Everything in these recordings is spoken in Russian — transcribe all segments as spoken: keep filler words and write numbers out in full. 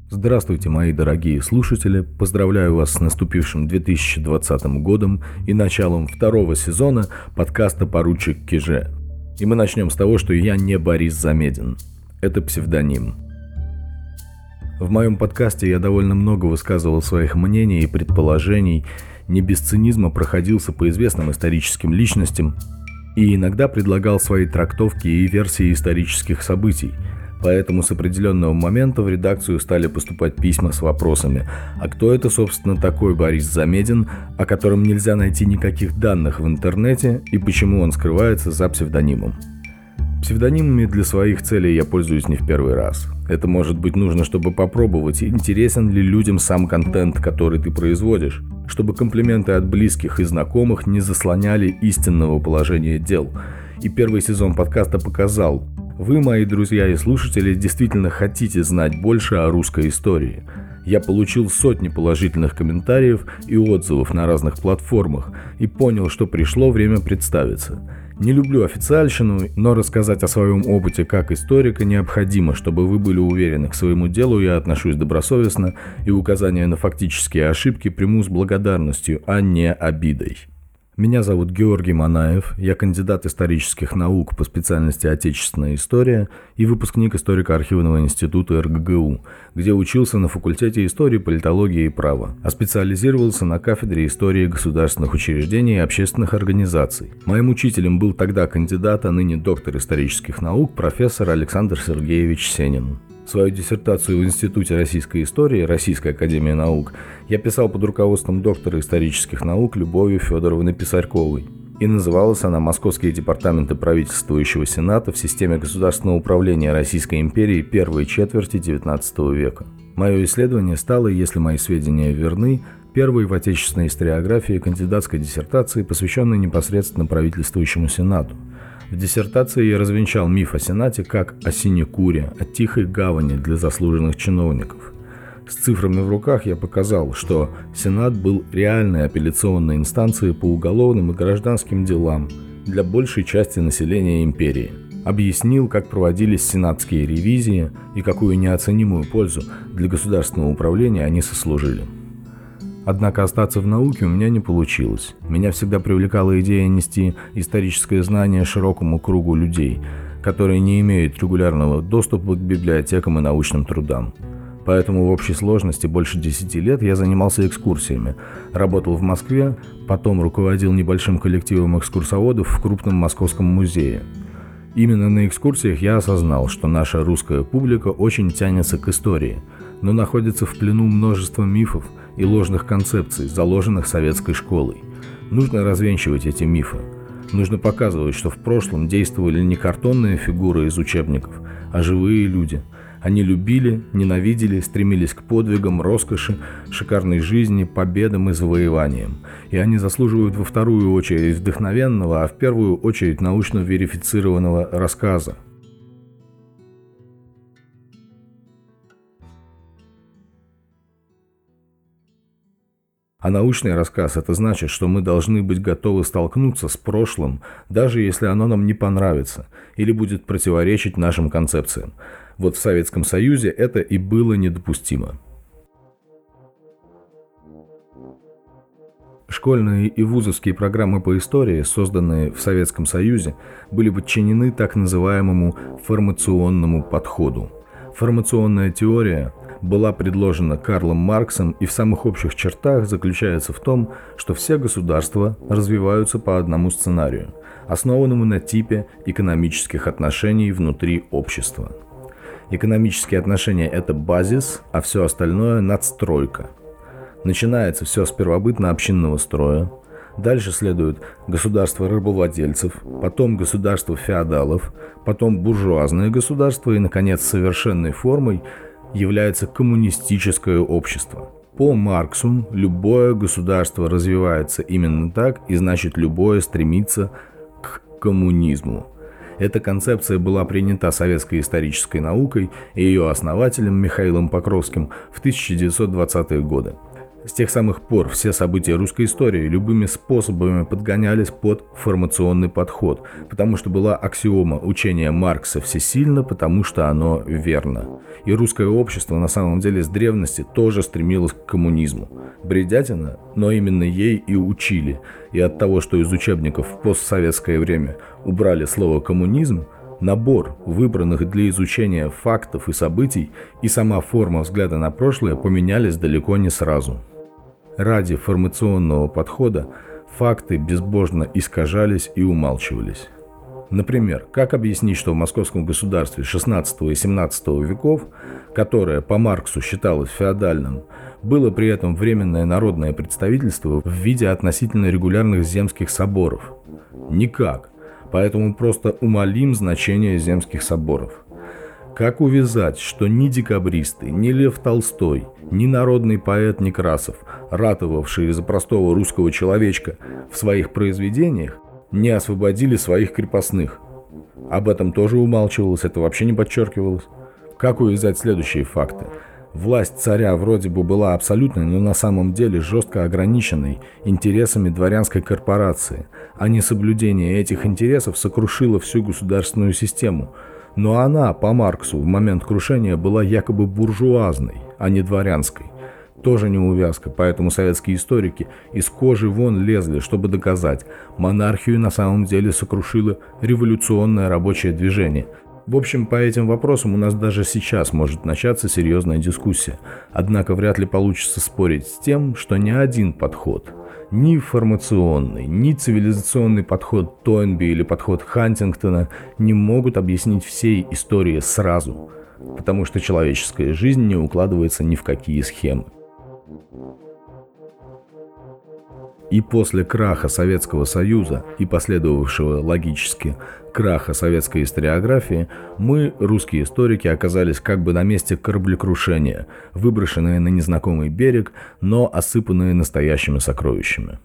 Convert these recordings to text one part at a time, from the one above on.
Здравствуйте, мои дорогие слушатели! Поздравляю вас с наступившим две тысячи двадцатым годом и началом второго сезона подкаста «Поручик Киже». И мы начнем с того, что я не Борис Замедин. Это псевдоним. В моем подкасте я довольно много высказывал своих мнений и предположений, не без цинизма проходился по известным историческим личностям и иногда предлагал свои трактовки и версии исторических событий. Поэтому с определенного момента в редакцию стали поступать письма с вопросами: а кто это, собственно, такой Борис Замедин, о котором нельзя найти никаких данных в интернете, и почему он скрывается за псевдонимом? Псевдонимами для своих целей я пользуюсь не в первый раз. Это может быть нужно, чтобы попробовать, интересен ли людям сам контент, который ты производишь, чтобы комплименты от близких и знакомых не заслоняли истинного положения дел. И первый сезон подкаста показал: вы, мои друзья и слушатели, действительно хотите знать больше о русской истории. Я получил сотни положительных комментариев и отзывов на разных платформах и понял, что пришло время представиться. Не люблю официальщину, но рассказать о своем опыте как историка необходимо, чтобы вы были уверены: к своему делу я отношусь добросовестно и указания на фактические ошибки приму с благодарностью, а не обидой. Меня зовут Георгий Манаев, я кандидат исторических наук по специальности Отечественная история и выпускник историко-архивного института эр гэ гэ у, где учился на факультете истории, политологии и права, а специализировался на кафедре истории государственных учреждений и общественных организаций. Моим учителем был тогда кандидат, а ныне доктор исторических наук, профессор Александр Сергеевич Сенин. Свою диссертацию в Институте российской истории Российской академии наук я писал под руководством доктора исторических наук Любови Федоровны Писарьковой. И называлась она «Московские департаменты правительствующего Сената в системе государственного управления Российской империи первой четверти девятнадцатого века». Мое исследование стало, если мои сведения верны, первой в отечественной историографии кандидатской диссертации, посвященной непосредственно правительствующему Сенату. В диссертации я развенчал миф о Сенате как о синекуре, о тихой гавани для заслуженных чиновников. С цифрами в руках я показал, что Сенат был реальной апелляционной инстанцией по уголовным и гражданским делам для большей части населения империи. Объяснил, как проводились сенатские ревизии и какую неоценимую пользу для государственного управления они сослужили. Однако остаться в науке у меня не получилось. Меня всегда привлекала идея нести историческое знание широкому кругу людей, которые не имеют регулярного доступа к библиотекам и научным трудам. Поэтому в общей сложности больше десяти лет я занимался экскурсиями, работал в Москве, потом руководил небольшим коллективом экскурсоводов в крупном московском музее. Именно на экскурсиях я осознал, что наша русская публика очень тянется к истории, но находится в плену множества мифов и ложных концепций, заложенных советской школой. Нужно развенчивать эти мифы. Нужно показывать, что в прошлом действовали не картонные фигуры из учебников, а живые люди. Они любили, ненавидели, стремились к подвигам, роскоши, шикарной жизни, победам и завоеваниям. И они заслуживают во вторую очередь вдохновенного, а в первую очередь научно верифицированного рассказа. А научный рассказ – это значит, что мы должны быть готовы столкнуться с прошлым, даже если оно нам не понравится или будет противоречить нашим концепциям. Вот в Советском Союзе это и было недопустимо. Школьные и вузовские программы по истории, созданные в Советском Союзе, были подчинены так называемому формационному подходу. Формационная теория была предложена Карлом Марксом и в самых общих чертах заключается в том, что все государства развиваются по одному сценарию, основанному на типе экономических отношений внутри общества. Экономические отношения – это базис, а все остальное – надстройка. Начинается все с первобытно-общинного строя, дальше следует государство рабовладельцев, потом государство феодалов, потом буржуазное государство и, наконец, совершенной формой является коммунистическое общество. По Марксу любое государство развивается именно так, и значит любое стремится к коммунизму. Эта концепция была принята советской исторической наукой и ее основателем Михаилом Покровским в тысяча девятьсот двадцатые годы. С тех самых пор все события русской истории любыми способами подгонялись под формационный подход, потому что была аксиома учения Маркса «всесильно, потому что оно верно». И русское общество на самом деле с древности тоже стремилось к коммунизму. Бредятина, но именно ей и учили. И от того, что из учебников в постсоветское время убрали слово «коммунизм», набор выбранных для изучения фактов и событий и сама форма взгляда на прошлое поменялись далеко не сразу. Ради формационного подхода факты безбожно искажались и умалчивались. Например, как объяснить, что в московском государстве шестнадцатого и семнадцатого веков, которое по Марксу считалось феодальным, было при этом временное народное представительство в виде относительно регулярных земских соборов? Никак. Поэтому просто умалим значение земских соборов. Как увязать, что ни декабристы, ни Лев Толстой, ни народный поэт Некрасов, ратовавшие за простого русского человечка, в своих произведениях не освободили своих крепостных? Об этом тоже умалчивалось, это вообще не подчеркивалось. Как увязать следующие факты? Власть царя вроде бы была абсолютной, но на самом деле жестко ограниченной интересами дворянской корпорации, а несоблюдение этих интересов сокрушило всю государственную систему. Но она, по Марксу, в момент крушения была якобы буржуазной, а не дворянской. Тоже неувязка, поэтому советские историки из кожи вон лезли, чтобы доказать, монархию на самом деле сокрушило революционное рабочее движение. В общем, по этим вопросам у нас даже сейчас может начаться серьезная дискуссия. Однако вряд ли получится спорить с тем, что ни один подход, ни формационный, ни цивилизационный подход Тойнби или подход Хантингтона не могут объяснить всей истории сразу, потому что человеческая жизнь не укладывается ни в какие схемы. И после краха Советского Союза и последовавшего логически краха советской историографии, мы, русские историки, оказались как бы на месте кораблекрушения, выброшенные на незнакомый берег, но осыпанные настоящими сокровищами.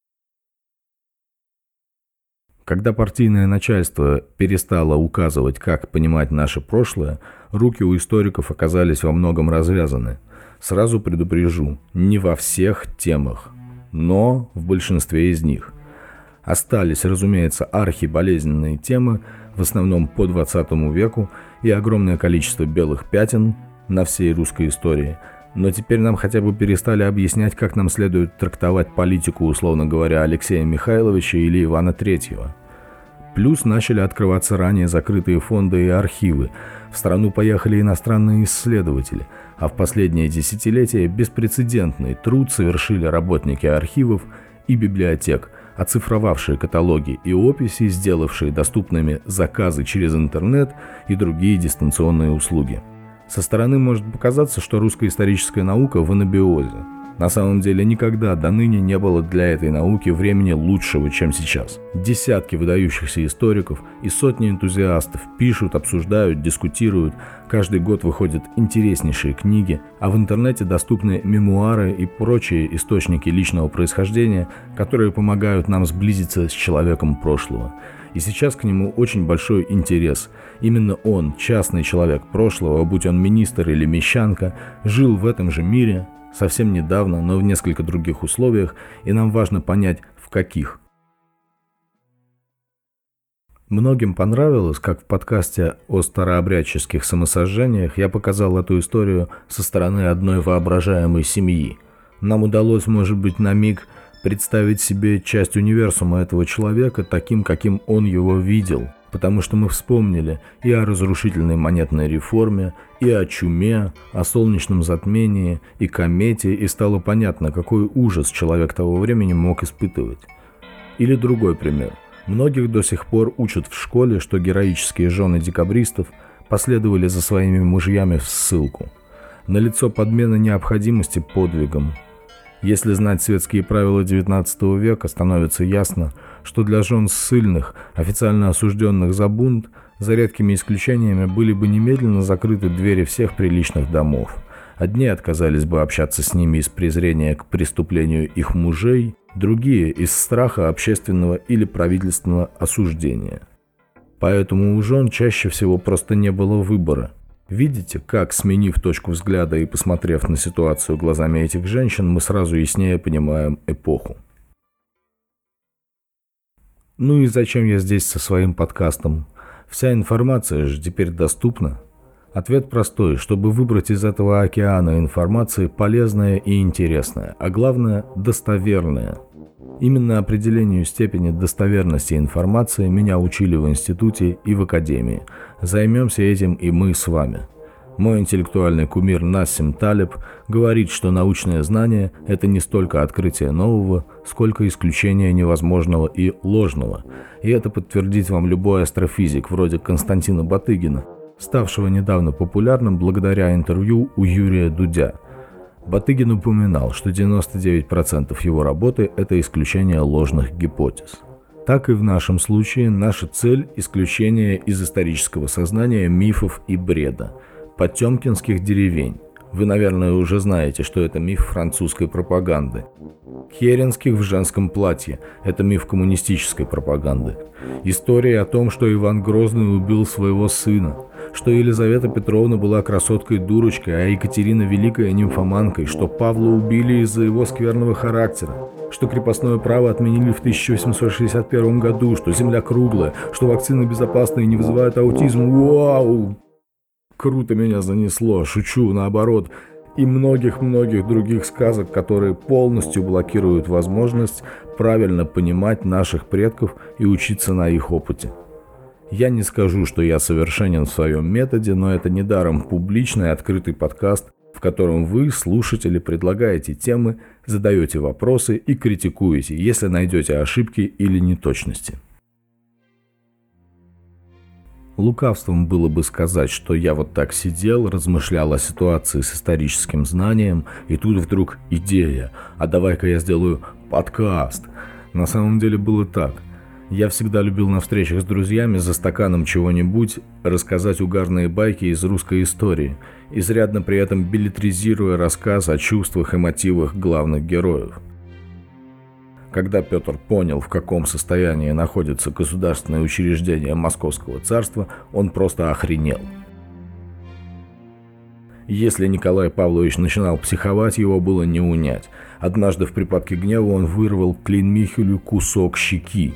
Когда партийное начальство перестало указывать, как понимать наше прошлое, руки у историков оказались во многом развязаны. Сразу предупрежу, не во всех темах, но в большинстве из них. Остались, разумеется, архиболезненные темы, в основном по двадцатому веку, и огромное количество белых пятен на всей русской истории. Но теперь нам хотя бы перестали объяснять, как нам следует трактовать политику, условно говоря, Алексея Михайловича или Ивана Третьего. Плюс начали открываться ранее закрытые фонды и архивы. В страну поехали иностранные исследователи, а в последнее десятилетие беспрецедентный труд совершили работники архивов и библиотек, оцифровавшие каталоги и описи, сделавшие доступными заказы через интернет и другие дистанционные услуги. Со стороны может показаться, что русская историческая наука в анабиозе. На самом деле никогда до ныне не было для этой науки времени лучшего, чем сейчас. Десятки выдающихся историков и сотни энтузиастов пишут, обсуждают, дискутируют. Каждый год выходят интереснейшие книги, а в интернете доступны мемуары и прочие источники личного происхождения, которые помогают нам сблизиться с человеком прошлого. И сейчас к нему очень большой интерес. Именно он, частный человек прошлого, будь он министр или мещанка, жил в этом же мире совсем недавно, но в несколько других условиях, и нам важно понять, в каких. Многим понравилось, как в подкасте о старообрядческих самосожжениях я показал эту историю со стороны одной воображаемой семьи. Нам удалось, может быть, на миг представить себе часть универсума этого человека таким, каким он его видел, потому что мы вспомнили и о разрушительной монетной реформе, и о чуме, о солнечном затмении и комете, и стало понятно, какой ужас человек того времени мог испытывать. Или другой пример. Многих до сих пор учат в школе, что героические жены декабристов последовали за своими мужьями в ссылку. Налицо подмена необходимости подвигом. Если знать светские правила девятнадцатого века, становится ясно, что для жен ссыльных, официально осужденных за бунт, за редкими исключениями были бы немедленно закрыты двери всех приличных домов. Одни отказались бы общаться с ними из презрения к преступлению их мужей, другие – из страха общественного или правительственного осуждения. Поэтому у жен чаще всего просто не было выбора. Видите, как, сменив точку взгляда и посмотрев на ситуацию глазами этих женщин, мы сразу яснее понимаем эпоху. Ну и зачем я здесь со своим подкастом? Вся информация же теперь доступна. Ответ простой, чтобы выбрать из этого океана информации полезное и интересное, а главное – достоверное. Именно определению степени достоверности информации меня учили в институте и в академии. Займемся этим и мы с вами. Мой интеллектуальный кумир Нассим Талеб говорит, что научное знание – это не столько открытие нового, сколько исключение невозможного и ложного. И это подтвердит вам любой астрофизик, вроде Константина Батыгина, ставшего недавно популярным благодаря интервью у Юрия Дудя. Батыгин упоминал, что девяносто девять процентов его работы – это исключение ложных гипотез. Так и в нашем случае наша цель – исключение из исторического сознания мифов и бреда. Потемкинских деревень. Вы, наверное, уже знаете, что это миф французской пропаганды. Керенских в женском платье – это миф коммунистической пропаганды. История о том, что Иван Грозный убил своего сына, что Елизавета Петровна была красоткой-дурочкой, а Екатерина Великая – нимфоманкой, что Павла убили из-за его скверного характера, что крепостное право отменили в тысяча восемьсот шестьдесят первом году, что Земля круглая, что вакцины безопасны и не вызывают аутизм. Вау! Круто меня занесло, шучу, наоборот. И многих-многих других сказок, которые полностью блокируют возможность правильно понимать наших предков и учиться на их опыте. Я не скажу, что я совершенен в своем методе, но это недаром публичный открытый подкаст, в котором вы, слушатели, предлагаете темы, задаете вопросы и критикуете, если найдете ошибки или неточности. Лукавством было бы сказать, что я вот так сидел, размышлял о ситуации с историческим знанием, и тут вдруг идея, а давай-ка я сделаю подкаст. На самом деле было так. Я всегда любил на встречах с друзьями за стаканом чего-нибудь рассказать угарные байки из русской истории, изрядно при этом беллетризируя рассказ о чувствах и мотивах главных героев. Когда Петр понял, в каком состоянии находится государственное учреждение Московского царства, он просто охренел. Если Николай Павлович начинал психовать, его было не унять. Однажды в припадке гнева он вырвал Клейн-Михелю кусок щеки.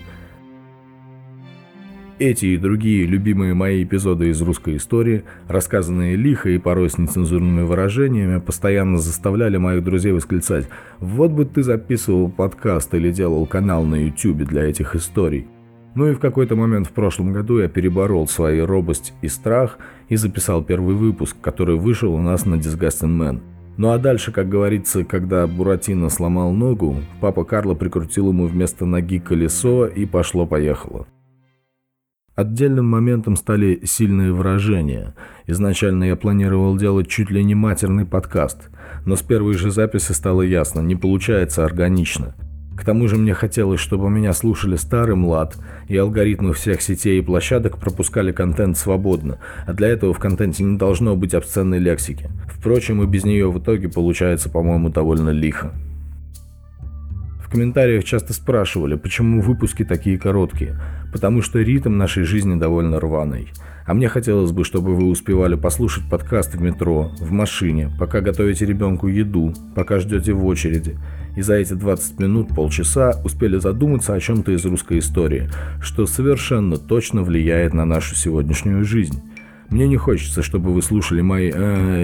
Эти и другие любимые мои эпизоды из русской истории, рассказанные лихо и порой с нецензурными выражениями, постоянно заставляли моих друзей восклицать: «Вот бы ты записывал подкаст или делал канал на ютубе для этих историй». Ну и в какой-то момент в прошлом году я переборол свою робость и страх и записал первый выпуск, который вышел у нас на Disgusting Man. Ну а дальше, как говорится, когда Буратино сломал ногу, папа Карло прикрутил ему вместо ноги колесо и пошло-поехало. Отдельным моментом стали сильные выражения. Изначально я планировал делать чуть ли не матерный подкаст, но с первой же записи стало ясно, не получается органично. К тому же мне хотелось, чтобы меня слушали старый млад, и алгоритмы всех сетей и площадок пропускали контент свободно, а для этого в контенте не должно быть обсценной лексики. Впрочем, и без нее в итоге получается, по-моему, довольно лихо. В комментариях часто спрашивали, почему выпуски такие короткие. Потому что ритм нашей жизни довольно рваный. А мне хотелось бы, чтобы вы успевали послушать подкаст в метро, в машине, пока готовите ребенку еду, пока ждете в очереди. И за эти двадцать минут, полчаса успели задуматься о чем-то из русской истории, что совершенно точно влияет на нашу сегодняшнюю жизнь. Мне не хочется, чтобы вы слушали мои...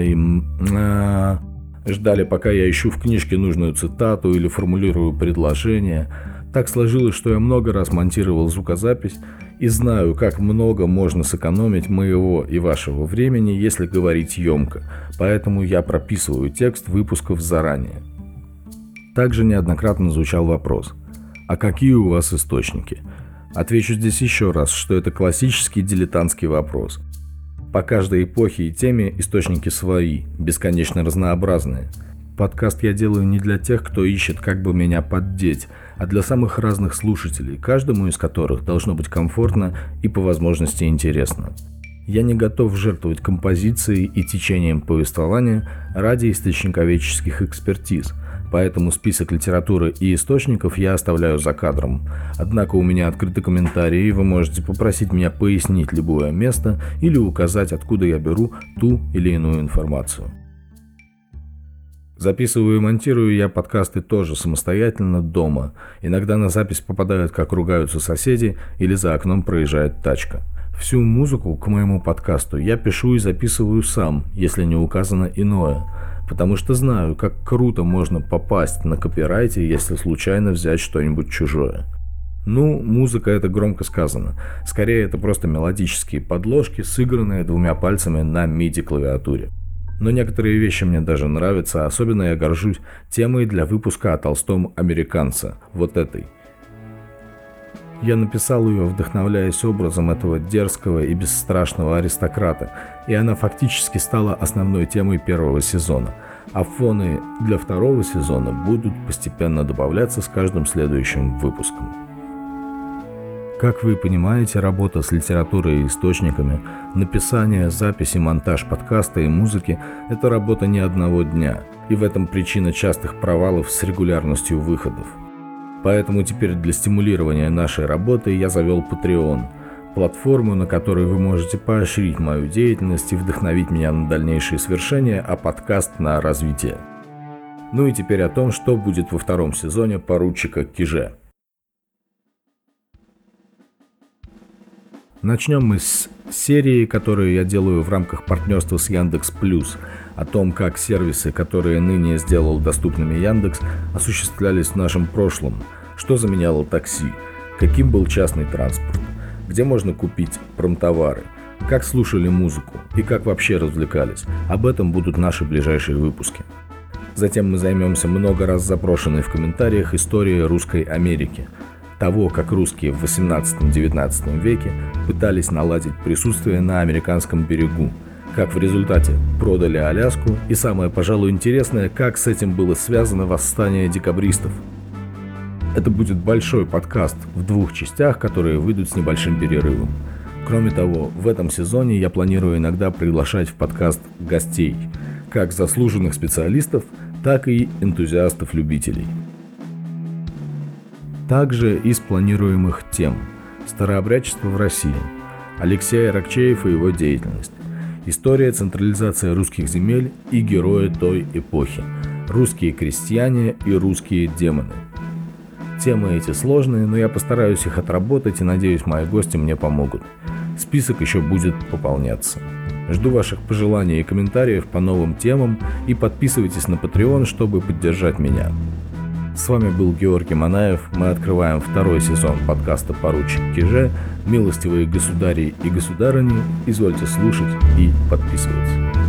Ждали, пока я ищу в книжке нужную цитату или формулирую предложение. Так сложилось, что я много раз монтировал звукозапись и знаю, как много можно сэкономить моего и вашего времени, если говорить емко, поэтому я прописываю текст выпусков заранее. Также неоднократно звучал вопрос: а какие у вас источники? Отвечу здесь еще раз, что это классический дилетантский вопрос. По каждой эпохе и теме источники свои, бесконечно разнообразные. Подкаст я делаю не для тех, кто ищет, как бы меня поддеть, а для самых разных слушателей, каждому из которых должно быть комфортно и по возможности интересно. Я не готов жертвовать композицией и течением повествования ради источниковедческих экспертиз, поэтому список литературы и источников я оставляю за кадром. Однако у меня открыты комментарии, и вы можете попросить меня пояснить любое место или указать, откуда я беру ту или иную информацию. Записываю и монтирую я подкасты тоже самостоятельно дома. Иногда на запись попадают, как ругаются соседи или за окном проезжает тачка. Всю музыку к моему подкасту я пишу и записываю сам, если не указано иное, потому что знаю, как круто можно попасть на копирайте, если случайно взять что-нибудь чужое. Ну, музыка — это громко сказано. Скорее, это просто мелодические подложки, сыгранные двумя пальцами на миди-клавиатуре. Но некоторые вещи мне даже нравятся, особенно я горжусь темой для выпуска о Толстом «Американце», вот этой. Я написал ее, вдохновляясь образом этого дерзкого и бесстрашного аристократа, и она фактически стала основной темой первого сезона, а фоны для второго сезона будут постепенно добавляться с каждым следующим выпуском. Как вы понимаете, работа с литературой и источниками, написание, запись и монтаж подкаста и музыки – это работа не одного дня, и в этом причина частых провалов с регулярностью выходов. Поэтому теперь для стимулирования нашей работы я завел Patreon, платформу, на которой вы можете поощрить мою деятельность и вдохновить меня на дальнейшие свершения, а подкаст на развитие. Ну и теперь о том, что будет во втором сезоне «Поручика Киже». Начнем мы с серии, которую я делаю в рамках партнерства с Яндекс.Плюс, о том, как сервисы, которые ныне сделал доступными Яндекс, осуществлялись в нашем прошлом, что заменяло такси, каким был частный транспорт, где можно купить промтовары, как слушали музыку и как вообще развлекались. Об этом будут наши ближайшие выпуски. Затем мы займемся много раз запрошенной в комментариях историей русской Америки, того, как русские в восемнадцатом-девятнадцатом веке пытались наладить присутствие на американском берегу, как в результате продали Аляску и, самое, пожалуй, интересное, как с этим было связано восстание декабристов. Это будет большой подкаст в двух частях, которые выйдут с небольшим перерывом. Кроме того, в этом сезоне я планирую иногда приглашать в подкаст гостей, как заслуженных специалистов, так и энтузиастов-любителей. Также из планируемых тем: старообрядчество в России, Алексей Аракчеев и его деятельность, история централизации русских земель и герои той эпохи, русские крестьяне и русские демоны. Темы эти сложные, но я постараюсь их отработать и надеюсь, мои гости мне помогут. Список еще будет пополняться. Жду ваших пожеланий и комментариев по новым темам и подписывайтесь на Patreon, чтобы поддержать меня. С вами был Георгий Манаев. Мы открываем второй сезон подкаста «Поручик Киже». Милостивые государи и государыни, извольте слушать и подписываться.